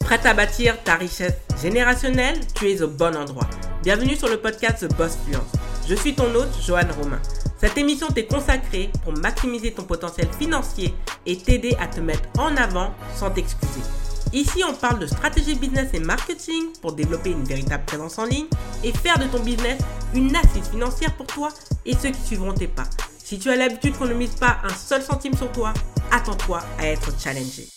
Prête à bâtir ta richesse générationnelle? Tu es au bon endroit. Bienvenue sur le podcast The Boss Fluence. Je suis ton hôte, Joanne Romain. Cette émission t'est consacrée pour maximiser ton potentiel financier et t'aider à te mettre en avant sans t'excuser. Ici, on parle de stratégie business et marketing pour développer une véritable présence en ligne et faire de ton business une assise financière pour toi et ceux qui suivront tes pas. Si tu as l'habitude qu'on ne mise pas un seul centime sur toi, attends-toi à être challengé.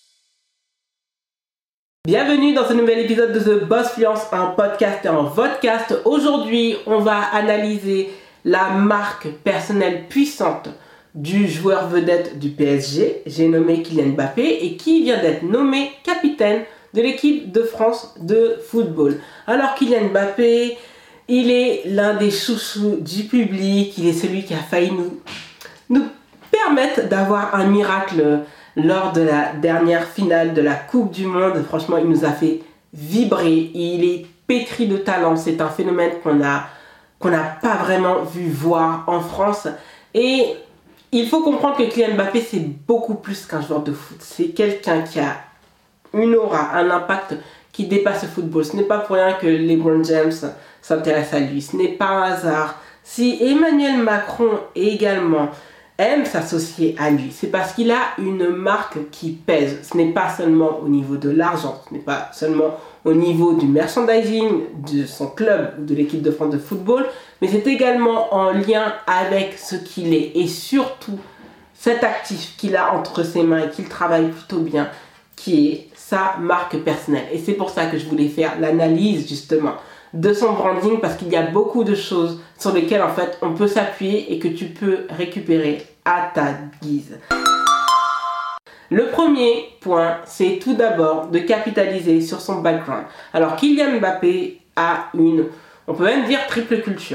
Bienvenue dans ce nouvel épisode de The Boss Fluence, un podcast et un vodcast. Aujourd'hui, on va analyser la marque personnelle puissante du joueur vedette du PSG, j'ai nommé Kylian Mbappé, et qui vient d'être nommé capitaine de l'équipe de France de football. Alors Kylian Mbappé, il est l'un des chouchous du public, il est celui qui a failli nous permettre d'avoir un miracle lors de la dernière finale de la Coupe du Monde. Franchement, il nous a fait vibrer, il est pétri de talent, c'est un phénomène qu'on n'a pas vraiment vu voir en France. Et il faut comprendre que Kylian Mbappé, c'est beaucoup plus qu'un joueur de foot. C'est quelqu'un qui a une aura, un impact qui dépasse le football. Ce n'est pas pour rien que LeBron James s'intéresse à lui. Ce n'est pas un hasard. Si Emmanuel Macron également aime s'associer à lui, c'est parce qu'il a une marque qui pèse. Ce n'est pas seulement au niveau de l'argent, ce n'est pas seulement au niveau du merchandising de son club ou de l'équipe de France de football, mais c'est également en lien avec ce qu'il est et surtout cet actif qu'il a entre ses mains et qu'il travaille plutôt bien, qui est sa marque personnelle. Et c'est pour ça que je voulais faire l'analyse justement de son branding, parce qu'il y a beaucoup de choses sur lesquelles en fait on peut s'appuyer et que tu peux récupérer à ta guise. Le premier point, c'est tout d'abord de capitaliser sur son background. Alors Kylian Mbappé a on peut même dire triple culture.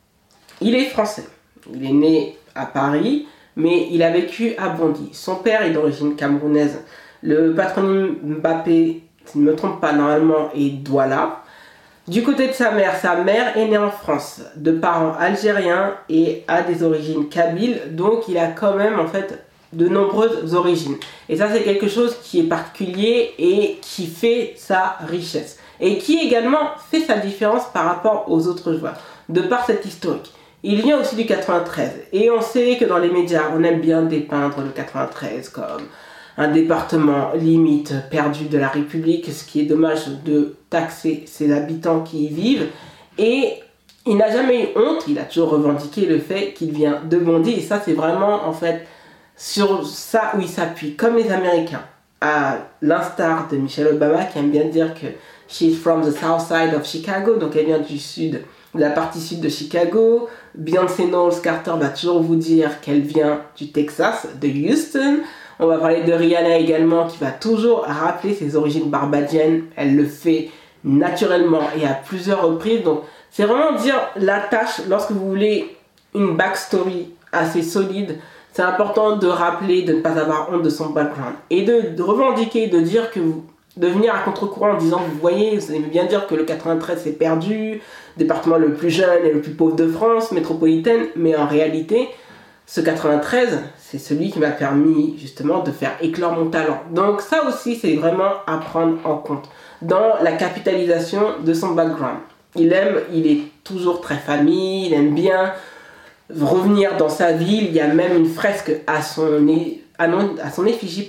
Il est français, il est né à Paris, mais il a vécu à Bondy. Son père est d'origine camerounaise. Le patronyme Mbappé, si je ne me trompe pas normalement, est Douala. Du côté de sa mère est née en France, de parents algériens et a des origines kabyles, donc il a quand même en fait de nombreuses origines. Et ça, c'est quelque chose qui est particulier et qui fait sa richesse. Et qui également fait sa différence par rapport aux autres joueurs, de par cette historique. Il vient aussi du 93. Et on sait que dans les médias, on aime bien dépeindre le 93 comme un département limite perdu de la République, ce qui est dommage de taxer ses habitants qui y vivent. Et il n'a jamais eu honte, il a toujours revendiqué le fait qu'il vient de Bondy. Et ça, c'est vraiment en fait sur ça où il s'appuie, comme les Américains, à l'instar de Michelle Obama qui aime bien dire que she's from the south side of Chicago, donc elle vient du sud, de la partie sud de Chicago. Beyoncé Knowles Carter va toujours vous dire qu'elle vient du Texas, de Houston. On va parler de Rihanna également, qui va toujours rappeler ses origines barbadiennes. Elle le fait naturellement et à plusieurs reprises. Donc c'est vraiment dire la tâche, lorsque vous voulez une backstory assez solide, c'est important de rappeler, de ne pas avoir honte de son background. Et de revendiquer, de dire que de venir à contre-courant en disant, vous voyez, vous allez bien dire que le 93 c'est perdu, département le plus jeune et le plus pauvre de France, métropolitaine, mais en réalité, ce 93, c'est celui qui m'a permis justement de faire éclore mon talent. Donc ça aussi, c'est vraiment à prendre en compte dans la capitalisation de son background. Il est toujours très famille, il aime bien revenir dans sa ville. Il y a même une fresque à son effigie,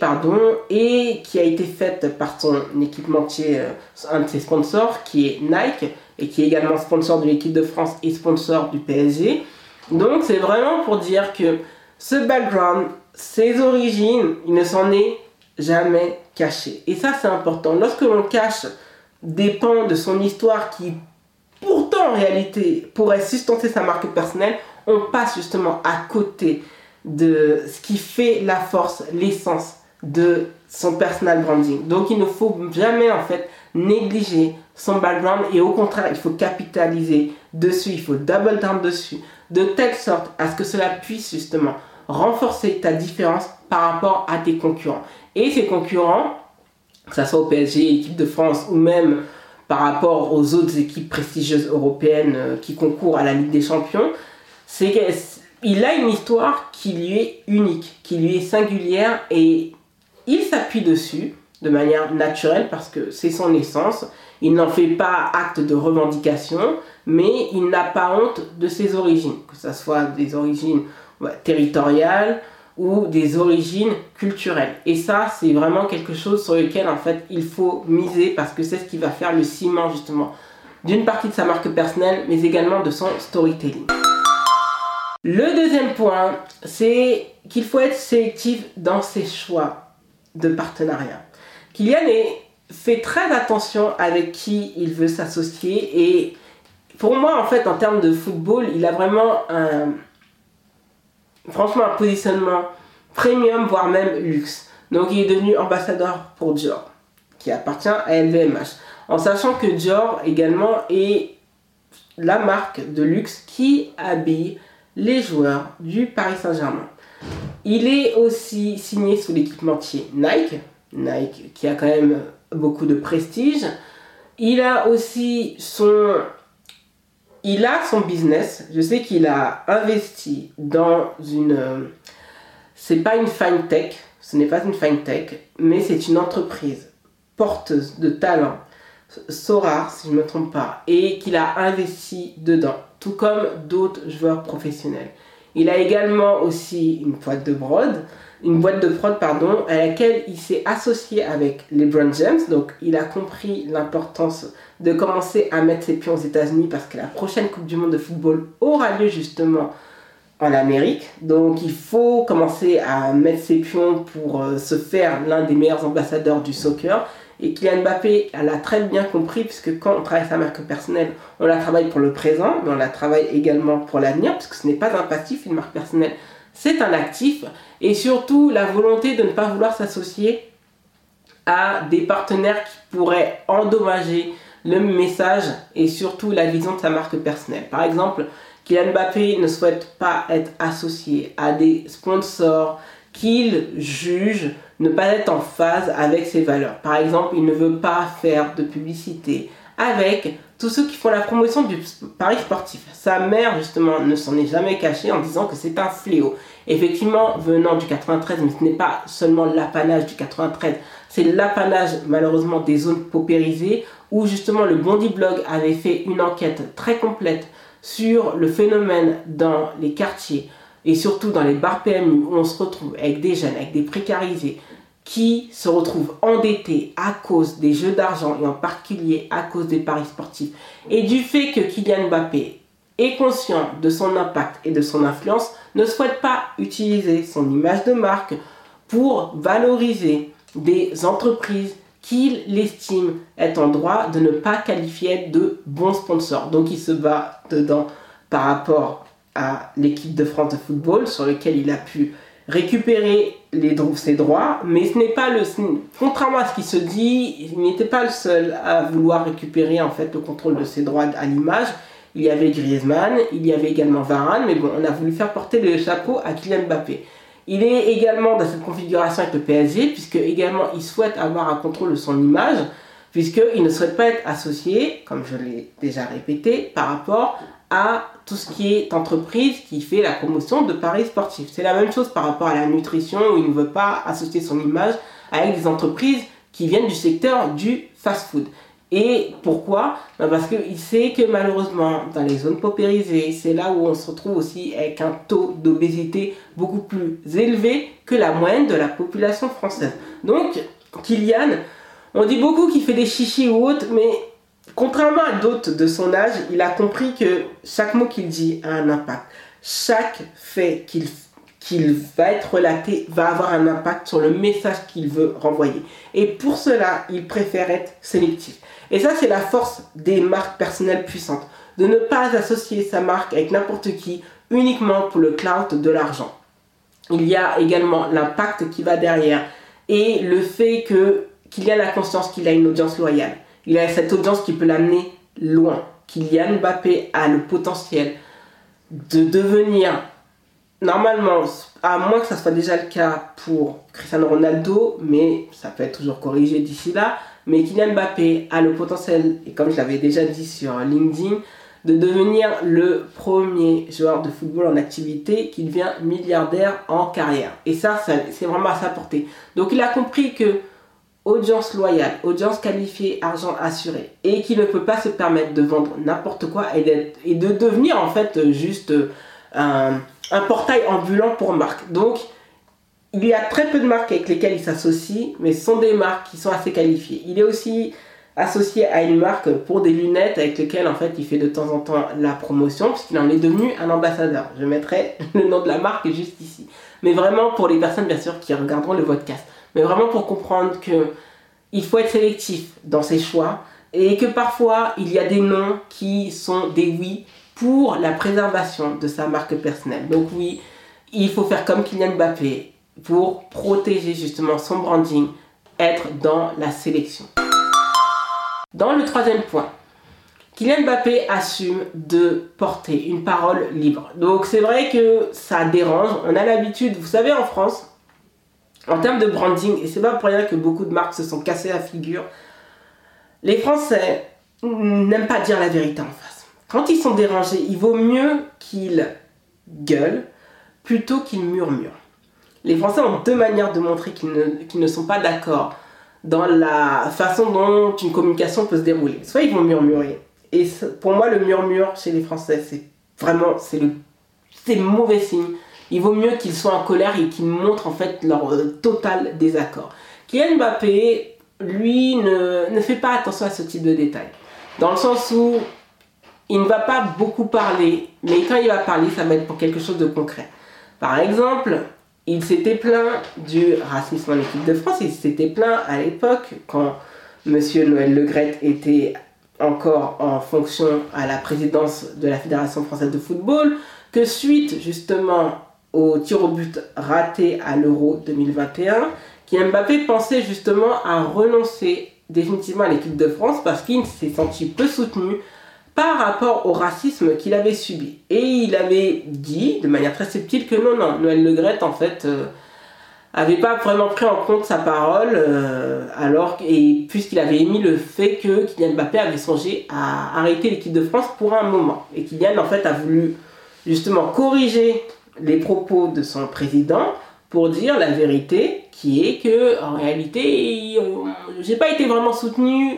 et qui a été faite par son équipementier, un de ses sponsors, qui est Nike, et qui est également sponsor de l'équipe de France et sponsor du PSG. Donc c'est vraiment pour dire que ce background, ses origines, il ne s'en est jamais caché. Et ça, c'est important. Lorsque l'on cache des pans de son histoire qui, pourtant en réalité, pourraient sustenter sa marque personnelle, on passe justement à côté de ce qui fait la force, l'essence de son personal branding. Donc il ne faut jamais en fait négliger son background, et au contraire, il faut capitaliser dessus, il faut double down dessus, de telle sorte à ce que cela puisse justement renforcer ta différence par rapport à tes concurrents. Et ces concurrents, que ce soit au PSG, équipe de France, ou même par rapport aux autres équipes prestigieuses européennes qui concourent à la Ligue des Champions, c'est qu'il a une histoire qui lui est unique, qui lui est singulière, et il s'appuie dessus de manière naturelle parce que c'est son essence. Il n'en fait pas acte de revendication, mais il n'a pas honte de ses origines, que ce soit des origines territoriales ou des origines culturelles. Et ça, c'est vraiment quelque chose sur lequel en fait il faut miser parce que c'est ce qui va faire le ciment justement d'une partie de sa marque personnelle, mais également de son storytelling. Le deuxième point, c'est qu'il faut être sélectif dans ses choix de partenariat. Kylian fait très attention avec qui il veut s'associer et pour moi, en fait, en termes de football, il a vraiment un positionnement premium, voire même luxe. Donc, il est devenu ambassadeur pour Dior, qui appartient à LVMH. En sachant que Dior également est la marque de luxe qui habille les joueurs du Paris Saint-Germain. Il est aussi signé sous l'équipementier Nike qui a quand même beaucoup de prestige. Il a son business. Je sais qu'il a investi dans ce n'est pas une fintech, mais c'est une entreprise porteuse de talent, Sora si je ne me trompe pas, et qu'il a investi dedans, tout comme d'autres joueurs professionnels. Il a également aussi une boîte de prod, à laquelle il s'est associé avec LeBron James. Donc il a compris l'importance de commencer à mettre ses pions aux États-Unis parce que la prochaine Coupe du Monde de football aura lieu justement en Amérique. Donc il faut commencer à mettre ses pions pour se faire l'un des meilleurs ambassadeurs du soccer. Et Kylian Mbappé l'a très bien compris puisque quand on travaille sa marque personnelle, on la travaille pour le présent, mais on la travaille également pour l'avenir puisque ce n'est pas un passif, une marque personnelle, c'est un actif. Et surtout la volonté de ne pas vouloir s'associer à des partenaires qui pourraient endommager le message et surtout la vision de sa marque personnelle. Par exemple, Kylian Mbappé ne souhaite pas être associé à des sponsors qu'il juge ne pas être en phase avec ses valeurs. Par exemple, il ne veut pas faire de publicité avec tous ceux qui font la promotion du pari sportif. Sa mère, justement, ne s'en est jamais cachée en disant que c'est un fléau. Effectivement, venant du 93, mais ce n'est pas seulement l'apanage du 93, c'est l'apanage, malheureusement, des zones paupérisées, où justement le Bondi Blog avait fait une enquête très complète sur le phénomène dans les quartiers, et surtout dans les bars PMU où on se retrouve avec des jeunes, avec des précarisés qui se retrouvent endettés à cause des jeux d'argent et en particulier à cause des paris sportifs et du fait que Kylian Mbappé est conscient de son impact et de son influence, ne souhaite pas utiliser son image de marque pour valoriser des entreprises qu'il estime être en droit de ne pas qualifier de bons sponsors. Donc il se bat dedans par rapport à l'équipe de France de football sur lequel il a pu récupérer ses droits, mais ce n'est pas contrairement à ce qui se dit, il n'était pas le seul à vouloir récupérer en fait le contrôle de ses droits à l'image. Il y avait Griezmann, il y avait également Varane, mais bon, on a voulu faire porter le chapeau à Kylian Mbappé. Il est également dans cette configuration avec le PSG, puisque également il souhaite avoir un contrôle de son image, puisqu'il ne souhaite pas être associé, comme je l'ai déjà répété, par rapport à tout ce qui est entreprise qui fait la promotion de paris sportifs. C'est la même chose par rapport à la nutrition, où il ne veut pas associer son image avec des entreprises qui viennent du secteur du fast-food. Et pourquoi ? Parce qu'il sait que malheureusement, dans les zones paupérisées, c'est là où on se retrouve aussi avec un taux d'obésité beaucoup plus élevé que la moyenne de la population française. Donc, Kylian, on dit beaucoup qu'il fait des chichis ou autres, mais contrairement à d'autres de son âge, il a compris que chaque mot qu'il dit a un impact. Chaque fait qu'il va être relaté va avoir un impact sur le message qu'il veut renvoyer. Et pour cela, il préfère être sélectif. Et ça, c'est la force des marques personnelles puissantes. De ne pas associer sa marque avec n'importe qui uniquement pour le clout de l'argent. Il y a également l'impact qui va derrière et le fait qu'il y a la conscience qu'il a une audience loyale. Il a cette audience qui peut l'amener loin. Kylian Mbappé a le potentiel de devenir, normalement, à moins que ça soit déjà le cas pour Cristiano Ronaldo, mais ça peut être toujours corrigé d'ici là, mais Kylian Mbappé a le potentiel, et comme je l'avais déjà dit sur LinkedIn, de devenir le premier joueur de football en activité qui devient milliardaire en carrière. Et ça c'est vraiment à sa portée. Donc il a compris que audience loyale, audience qualifiée, argent assuré, et qui ne peut pas se permettre de vendre n'importe quoi et de devenir en fait juste un portail ambulant pour marque. Donc, il y a très peu de marques avec lesquelles il s'associe, mais ce sont des marques qui sont assez qualifiées. Il est aussi associé à une marque pour des lunettes avec lesquelles en fait il fait de temps en temps la promotion, puisqu'il en est devenu un ambassadeur. Je mettrai le nom de la marque juste ici. Mais vraiment pour les personnes bien sûr qui regarderont le podcast. Mais vraiment pour comprendre que il faut être sélectif dans ses choix et que parfois il y a des noms qui sont des oui pour la préservation de sa marque personnelle. Donc oui, il faut faire comme Kylian Mbappé pour protéger justement son branding, être dans la sélection. Dans le troisième point, Kylian Mbappé assume de porter une parole libre. Donc c'est vrai que ça dérange. On a l'habitude, vous savez en France, en termes de branding, et c'est pas pour rien que beaucoup de marques se sont cassées la figure, les Français n'aiment pas dire la vérité en face. Quand ils sont dérangés, il vaut mieux qu'ils gueulent plutôt qu'ils murmurent. Les Français ont deux manières de montrer qu'ils ne sont pas d'accord dans la façon dont une communication peut se dérouler. Soit ils vont murmurer. Et pour moi, le murmure chez les Français, c'est mauvais signe. Il vaut mieux qu'ils soient en colère et qu'ils montrent en fait leur total désaccord. Kylian Mbappé, lui, ne fait pas attention à ce type de détails. Dans le sens où il ne va pas beaucoup parler, mais quand il va parler, ça va être pour quelque chose de concret. Par exemple, il s'était plaint du racisme en équipe de France. Il s'était plaint à l'époque, quand M. Noël Le Graët était encore en fonction à la présidence de la Fédération française de football, que suite justement au tir au but raté à l'Euro 2021, Kylian Mbappé pensait justement à renoncer définitivement à l'équipe de France parce qu'il s'est senti peu soutenu par rapport au racisme qu'il avait subi. Et il avait dit de manière très subtile que non, Noël Le Graët en fait avait pas vraiment pris en compte sa parole puisqu'il avait émis le fait que Kylian Mbappé avait songé à arrêter l'équipe de France pour un moment. Et Kylian en fait a voulu justement corriger les propos de son président pour dire la vérité qui est que en réalité j'ai pas été vraiment soutenu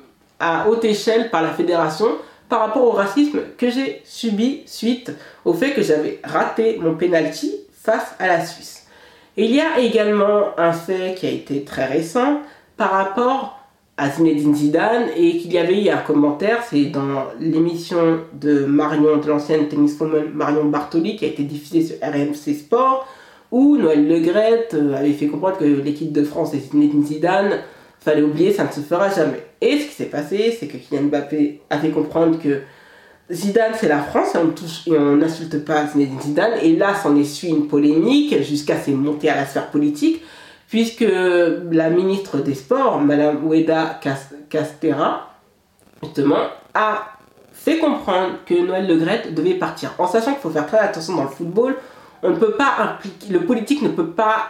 à haute échelle par la fédération par rapport au racisme que j'ai subi suite au fait que j'avais raté mon penalty face à la Suisse. Et il y a également un fait qui a été très récent par rapport à Zinedine Zidane et qu'il y avait eu un commentaire, c'est dans l'émission de l'ancienne tenniswoman Marion Bartoli qui a été diffusée sur RMC Sport où Noël Le Graët avait fait comprendre que l'équipe de France et Zinedine Zidane, fallait oublier, ça ne se fera jamais. Et ce qui s'est passé, c'est que Kylian Mbappé a fait comprendre que Zidane c'est la France et on n'insulte pas Zinedine Zidane. Et là, s'en est suivi une polémique jusqu'à ses montées à la sphère politique, puisque la ministre des Sports, Madame Oueda Castera, justement, a fait comprendre que Noël Le Graët devait partir. En sachant qu'il faut faire très attention dans le football, on ne peut pas le politique ne peut pas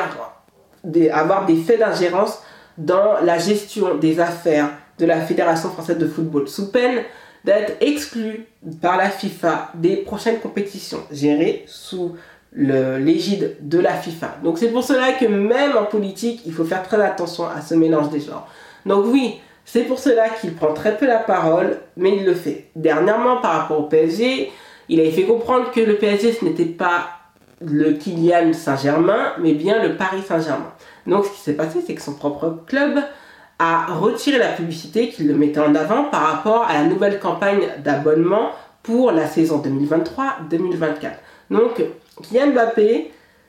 avoir des faits d'ingérence dans la gestion des affaires de la Fédération française de football, sous peine d'être exclu par la FIFA des prochaines compétitions gérées sous l'égide de la FIFA. Donc c'est pour cela que même en politique, il faut faire très attention à ce mélange des genres. Donc oui, c'est pour cela qu'il prend très peu la parole, mais il le fait. Dernièrement, par rapport au PSG, il avait fait comprendre que le PSG, ce n'était pas le Kylian Saint-Germain, mais bien le Paris Saint-Germain. Donc ce qui s'est passé, c'est que son propre club a retiré la publicité qu'il le mettait en avant par rapport à la nouvelle campagne d'abonnement pour la saison 2023-2024. Donc Kylian Mbappé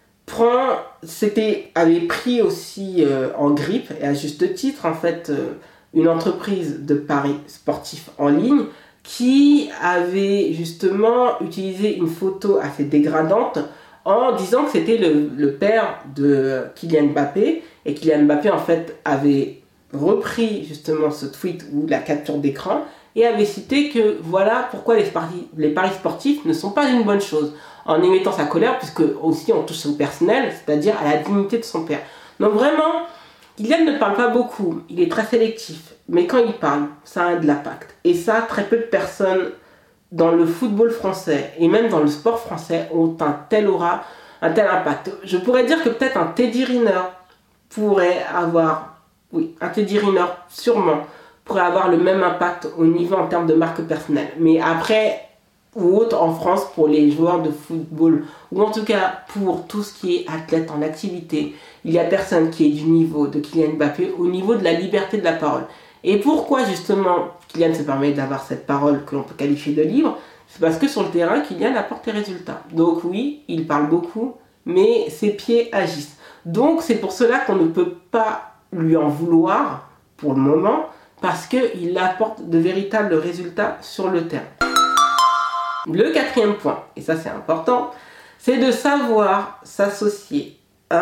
avait pris aussi en grippe, et à juste titre en fait, une entreprise de paris sportifs en ligne qui avait justement utilisé une photo assez dégradante en disant que c'était le père de Kylian Mbappé, et Kylian Mbappé en fait avait repris justement ce tweet ou la capture d'écran et avait cité que voilà pourquoi les paris sportifs ne sont pas une bonne chose, en émettant sa colère puisque aussi on touche au personnel, c'est-à-dire à la dignité de son père. Donc vraiment, Kylian ne parle pas beaucoup, il est très sélectif, mais quand il parle, ça a de l'impact. Et ça, très peu de personnes dans le football français et même dans le sport français ont un tel impact. Je pourrais dire que peut-être un Teddy Riner pourrait avoir oui, un Teddy Riner sûrement pourrait avoir le même impact au niveau en termes de marque personnelle. Mais après, ou autre en France pour les joueurs de football, ou en tout cas pour tout ce qui est athlète en activité, il n'y a personne qui est du niveau de Kylian Mbappé au niveau de la liberté de la parole. Et pourquoi justement Kylian se permet d'avoir cette parole que l'on peut qualifier de libre? C'est parce que sur le terrain, Kylian apporte les résultats. Donc oui, il parle beaucoup, mais ses pieds agissent. Donc c'est pour cela qu'on ne peut pas lui en vouloir pour le moment, parce qu'il apporte de véritables résultats sur le terrain. Le quatrième point, et ça c'est important, c'est de savoir s'associer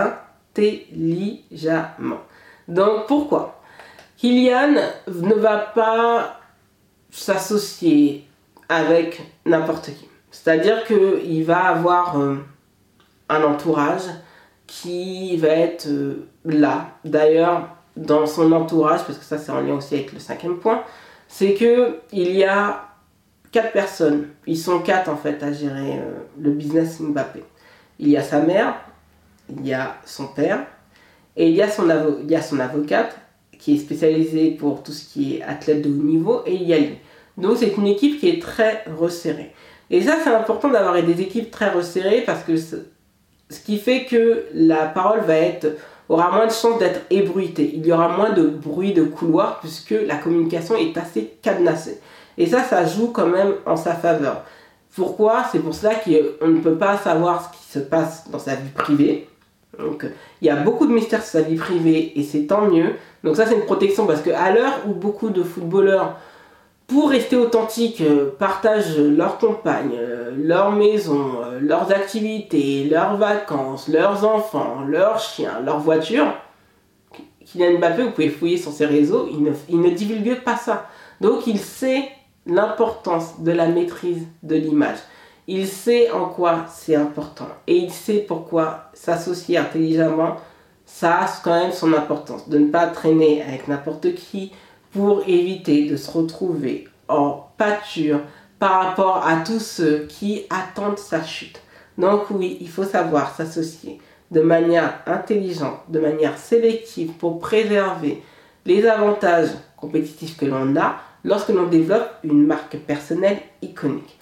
intelligemment. Donc pourquoi? Kylian ne va pas s'associer avec n'importe qui. C'est-à-dire qu'il va avoir un entourage qui va être là. D'ailleurs, dans son entourage, parce que ça c'est en lien aussi avec le cinquième point, c'est qu'il y a 4 personnes. Ils sont 4 en fait à gérer le business Mbappé. Il y a sa mère, il y a son père, et il y a son avocate qui est spécialisée pour tout ce qui est athlète de haut niveau, et il y a lui. Donc c'est une équipe qui est très resserrée. Et ça c'est important d'avoir des équipes très resserrées parce que ce qui fait que la parole aura moins de chances d'être ébruitée. Il y aura moins de bruit de couloir puisque la communication est assez cadenassée. Et ça joue quand même en sa faveur. Pourquoi? C'est pour cela qu'on ne peut pas savoir ce qui se passe dans sa vie privée. Donc, il y a beaucoup de mystères sur sa vie privée et c'est tant mieux. Donc ça, c'est une protection parce qu'à l'heure où beaucoup de footballeurs, pour rester authentiques, partagent leurs compagnes, leur maison, leurs activités, leurs vacances, leurs enfants, leurs chiens, leurs voitures, Kylian Mbappé, vous pouvez fouiller sur ses réseaux, il ne divulgue pas ça. Donc il sait l'importance de la maîtrise de l'image. Il sait en quoi c'est important. Et il sait pourquoi s'associer intelligemment, ça a quand même son importance. De ne pas traîner avec n'importe qui pour éviter de se retrouver en pâture par rapport à tous ceux qui attendent sa chute. Donc oui, il faut savoir s'associer de manière intelligente, de manière sélective pour préserver les avantages compétitifs que l'on a lorsque l'on développe une marque personnelle iconique.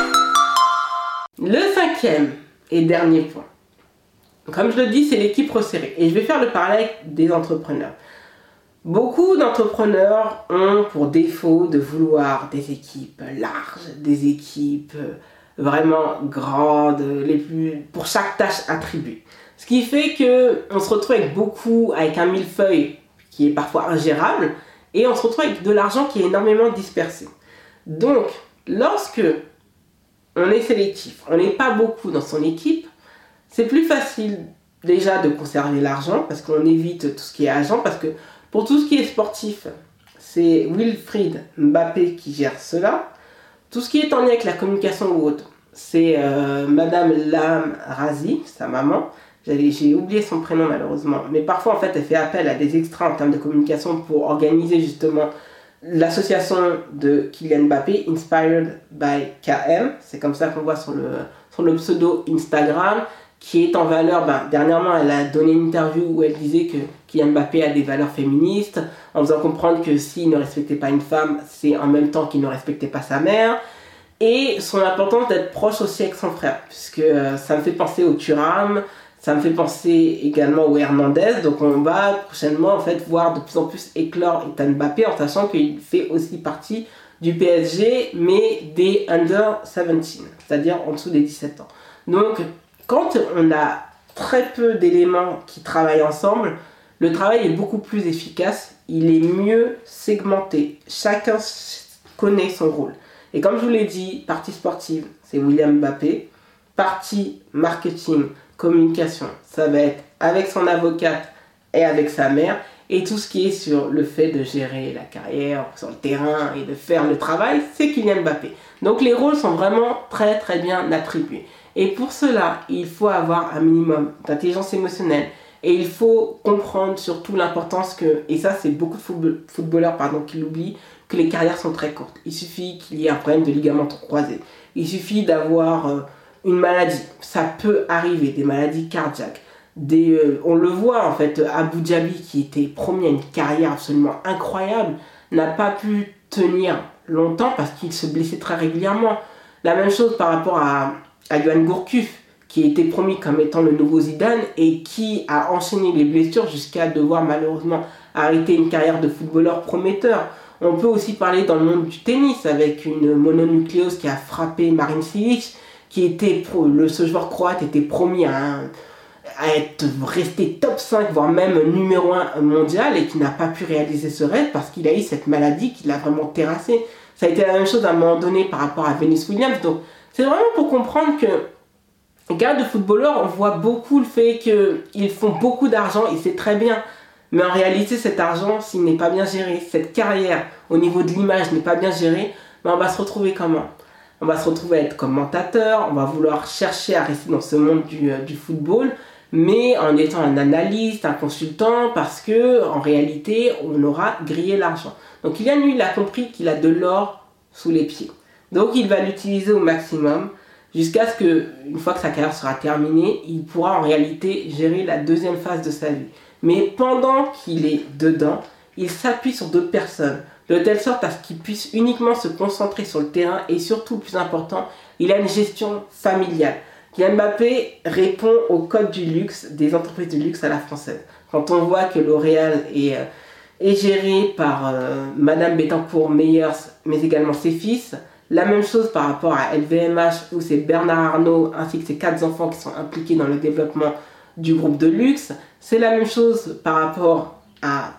Le cinquième et dernier point, comme je le dis, c'est l'équipe resserrée. Et je vais faire le parallèle des entrepreneurs. Beaucoup d'entrepreneurs ont pour défaut de vouloir des équipes larges, des équipes vraiment grandes, pour chaque tâche attribuée. Ce qui fait qu'on se retrouve avec un millefeuille qui est parfois ingérable, et on se retrouve avec de l'argent qui est énormément dispersé. Donc, lorsque on est sélectif, on n'est pas beaucoup dans son équipe, c'est plus facile déjà de conserver l'argent, parce qu'on évite tout ce qui est agent, parce que pour tout ce qui est sportif, c'est Wilfried Mbappé qui gère cela. Tout ce qui est en lien avec la communication ou autre, c'est Madame Lam Razi, sa maman. J'ai oublié son prénom malheureusement, mais parfois en fait elle fait appel à des extras en termes de communication pour organiser justement l'association de Kylian Mbappé, Inspired by KM, c'est comme ça qu'on voit sur le pseudo Instagram, qui est en valeur, dernièrement elle a donné une interview où elle disait que Kylian Mbappé a des valeurs féministes, en faisant comprendre que s'il ne respectait pas une femme, c'est en même temps qu'il ne respectait pas sa mère, et son importance d'être proche aussi avec son frère, puisque ça me fait penser au Thuram, ça me fait penser également au Hernandez, donc on va prochainement en fait voir de plus en plus éclore Ethan Mbappé en sachant qu'il fait aussi partie du PSG mais des under 17, c'est-à-dire en dessous des 17 ans. Donc quand on a très peu d'éléments qui travaillent ensemble, le travail est beaucoup plus efficace, il est mieux segmenté, chacun connaît son rôle. Et comme je vous l'ai dit, partie sportive, c'est William Mbappé, partie marketing, communication, ça va être avec son avocate et avec sa mère, et tout ce qui est sur le fait de gérer la carrière sur le terrain et de faire le travail, c'est Kylian Mbappé. Donc les rôles sont vraiment très très bien attribués. Et pour cela, il faut avoir un minimum d'intelligence émotionnelle et il faut comprendre surtout l'importance que, et ça c'est beaucoup de footballeurs qui l'oublient, que les carrières sont très courtes. Il suffit qu'il y ait un problème de ligament croisé. Il suffit d'avoir une maladie, ça peut arriver, des maladies cardiaques, On le voit en fait, Abu Dhabi qui était promis à une carrière absolument incroyable, n'a pas pu tenir longtemps parce qu'il se blessait très régulièrement. La même chose par rapport à Yoann Gourcuff, qui était promis comme étant le nouveau Zidane et qui a enchaîné les blessures jusqu'à devoir malheureusement arrêter une carrière de footballeur prometteur. On peut aussi parler dans le monde du tennis avec une mononucléose qui a frappé Marin Cilic, ce joueur croate était promis à être resté top 5, voire même numéro 1 mondial et qui n'a pas pu réaliser ce rêve parce qu'il a eu cette maladie qui l'a vraiment terrassé. Ça a été la même chose à un moment donné par rapport à Venus Williams. Donc c'est vraiment pour comprendre que les gars de footballeurs, on voit beaucoup le fait qu'ils font beaucoup d'argent et c'est très bien. Mais en réalité, cet argent, s'il n'est pas bien géré, cette carrière au niveau de l'image n'est pas bien gérée, on va se retrouver comment ? On va se retrouver à être commentateur, on va vouloir chercher à rester dans ce monde du football, mais en étant un analyste, un consultant, parce que en réalité, on aura grillé l'argent. Donc Kylian, lui, il a compris qu'il a de l'or sous les pieds. Donc il va l'utiliser au maximum, jusqu'à ce que, une fois que sa carrière sera terminée, il pourra en réalité gérer la deuxième phase de sa vie. Mais pendant qu'il est dedans, il s'appuie sur d'autres personnes, de telle sorte à ce qu'il puisse uniquement se concentrer sur le terrain et surtout, le plus important, il a une gestion familiale. Kylian Mbappé répond au code du luxe des entreprises de luxe à la française. Quand on voit que L'Oréal est géré par Madame Bettencourt-Meyers, mais également ses fils, la même chose par rapport à LVMH où c'est Bernard Arnault ainsi que ses 4 enfants qui sont impliqués dans le développement du groupe de luxe. C'est la même chose par rapport à,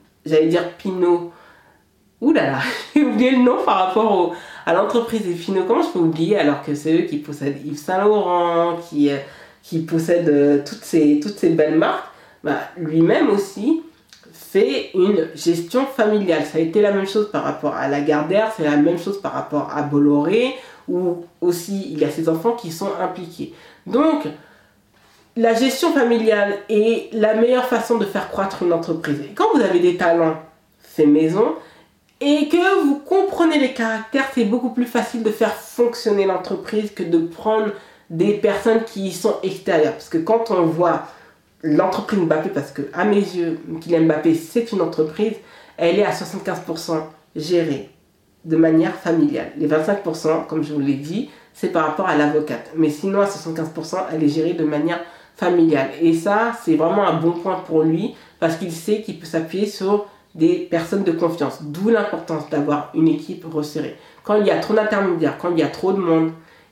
Pinault. Ouh là là, j'ai oublié le nom par rapport à l'entreprise des Pinault. Comment je peux oublier alors que c'est eux qui possèdent Yves Saint Laurent, qui possèdent toutes ces belles marques. Lui-même aussi fait une gestion familiale. Ça a été la même chose par rapport à Lagardère, c'est la même chose par rapport à Bolloré, où aussi il y a ses enfants qui sont impliqués. Donc, la gestion familiale est la meilleure façon de faire croître une entreprise. Et quand vous avez des talents fait maison et que vous comprenez les caractères, c'est beaucoup plus facile de faire fonctionner l'entreprise que de prendre des personnes qui y sont extérieures. Parce que quand on voit l'entreprise Mbappé, parce que à mes yeux, Kylian Mbappé, c'est une entreprise, elle est à 75% gérée de manière familiale. Les 25%, comme je vous l'ai dit, c'est par rapport à l'avocate. Mais sinon, à 75%, elle est gérée de manière familiale. Et ça, c'est vraiment un bon point pour lui, parce qu'il sait qu'il peut s'appuyer sur des personnes de confiance. D'où l'importance d'avoir une équipe resserrée. Quand il y a trop d'intermédiaires, quand il y a trop de monde,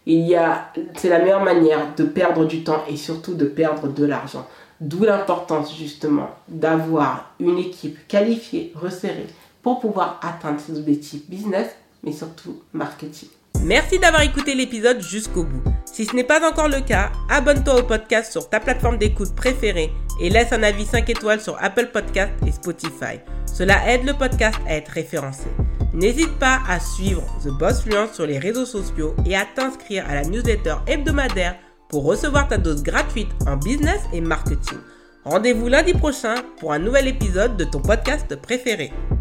c'est la meilleure manière de perdre du temps et surtout de perdre de l'argent. D'où l'importance justement d'avoir une équipe qualifiée, resserrée, pour pouvoir atteindre ses objectifs business, mais surtout marketing. Merci d'avoir écouté l'épisode jusqu'au bout. Si ce n'est pas encore le cas, abonne-toi au podcast sur ta plateforme d'écoute préférée et laisse un avis 5 étoiles sur Apple Podcast et Spotify. Cela aide le podcast à être référencé. N'hésite pas à suivre The Boss Fluence sur les réseaux sociaux et à t'inscrire à la newsletter hebdomadaire pour recevoir ta dose gratuite en business et marketing. Rendez-vous lundi prochain pour un nouvel épisode de ton podcast préféré.